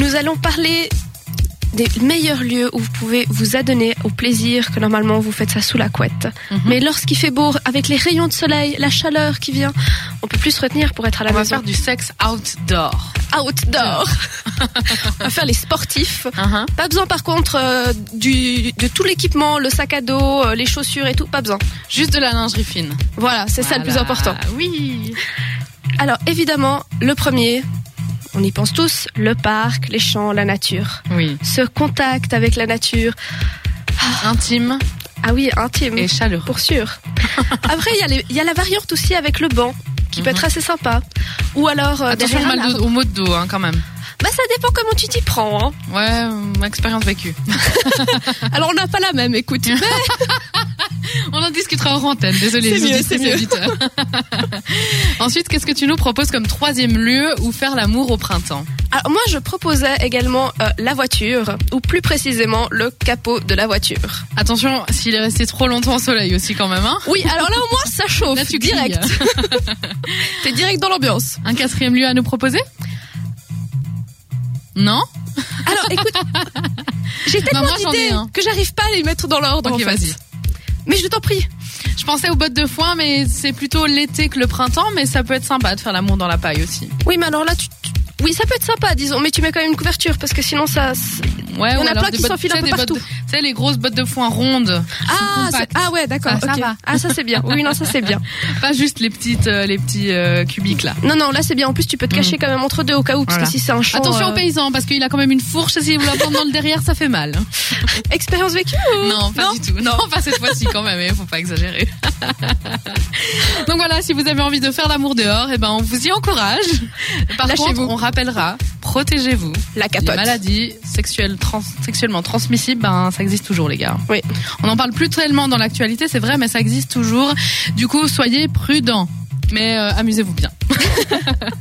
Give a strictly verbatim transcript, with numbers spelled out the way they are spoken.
nous allons parler des meilleurs lieux où vous pouvez vous adonner au plaisir, que normalement vous faites ça sous la couette. Mm-hmm. Mais lorsqu'il fait beau, avec les rayons de soleil, la chaleur qui vient, on peut plus se retenir pour être à la on maison. On va faire du sexe outdoor. Outdoor. On va faire les sportifs. Uh-huh. Pas besoin par contre euh, du, de tout l'équipement, le sac à dos, euh, les chaussures et tout, pas besoin. Juste de la lingerie fine. Voilà, c'est voilà. Ça le plus important. Oui. Alors évidemment, le premier... On y pense tous, le parc, les champs, la nature. Oui. Ce contact avec la nature. Ah. Intime. Ah oui, intime. Et chaleureux. Pour sûr. Après, il y, y a la variante aussi avec le banc, qui mm-hmm. peut être assez sympa. Ou alors... Euh, Attention mal dos, au mot de dos, hein, quand même. Bah ça dépend comment tu t'y prends. Hein. Ouais, expérience vécue. Alors on n'a pas la même, écoute. Mais... on en discutera en antenne, désolé les auditrices et auditeurs. Ensuite, qu'est-ce que tu nous proposes comme troisième lieu où faire l'amour au printemps? Alors moi je proposais également euh, la voiture, ou plus précisément le capot de la voiture. Attention, s'il est resté trop longtemps au soleil aussi quand même. Hein. Oui, alors là au moins ça chauffe. Là, tu direct. T'es direct dans l'ambiance. Un quatrième lieu à nous proposer? Non? Alors écoute, j'ai tellement bah, d'idées hein. que j'arrive pas à les mettre dans l'ordre. Ok, en fait. Vas-y. Mais je t'en prie. Je pensais aux bottes de foin, mais c'est plutôt l'été que le printemps, mais ça peut être sympa de faire l'amour dans la paille aussi. Oui, mais alors là, tu, tu... oui, ça peut être sympa, disons, mais tu mets quand même une couverture parce que sinon ça. Ouais, il y en ou a alors plein qui s'enfilent un peu partout. Tu sais, les grosses bottes de foin rondes. Ah, ah ouais, d'accord. Ça, okay. ça va. Ah, ça c'est bien. Oui, non, ça c'est bien. Pas juste les petites, euh, les petits euh, cubiques là. Non, non, là c'est bien. En plus, tu peux te cacher mmh. quand même entre deux au cas où, parce voilà. que si c'est un champ. Attention euh... aux paysans, parce qu'il a quand même une fourche. Si vous la prendre dans le derrière, ça fait mal. Expérience vécue ou... Non, pas non du tout. Non, pas cette fois-ci quand même. Il faut pas exagérer. Donc voilà, si vous avez envie de faire l'amour dehors, eh ben on vous y encourage. Par Lâchez-vous. contre, on rappellera, protégez-vous. La capote. Les maladies sexuelles, trans, sexuellement transmissibles, ben ça existe toujours, les gars. Oui. On n'en parle plus tellement dans l'actualité, c'est vrai, mais ça existe toujours. Du coup, soyez prudents. Mais euh, amusez-vous bien.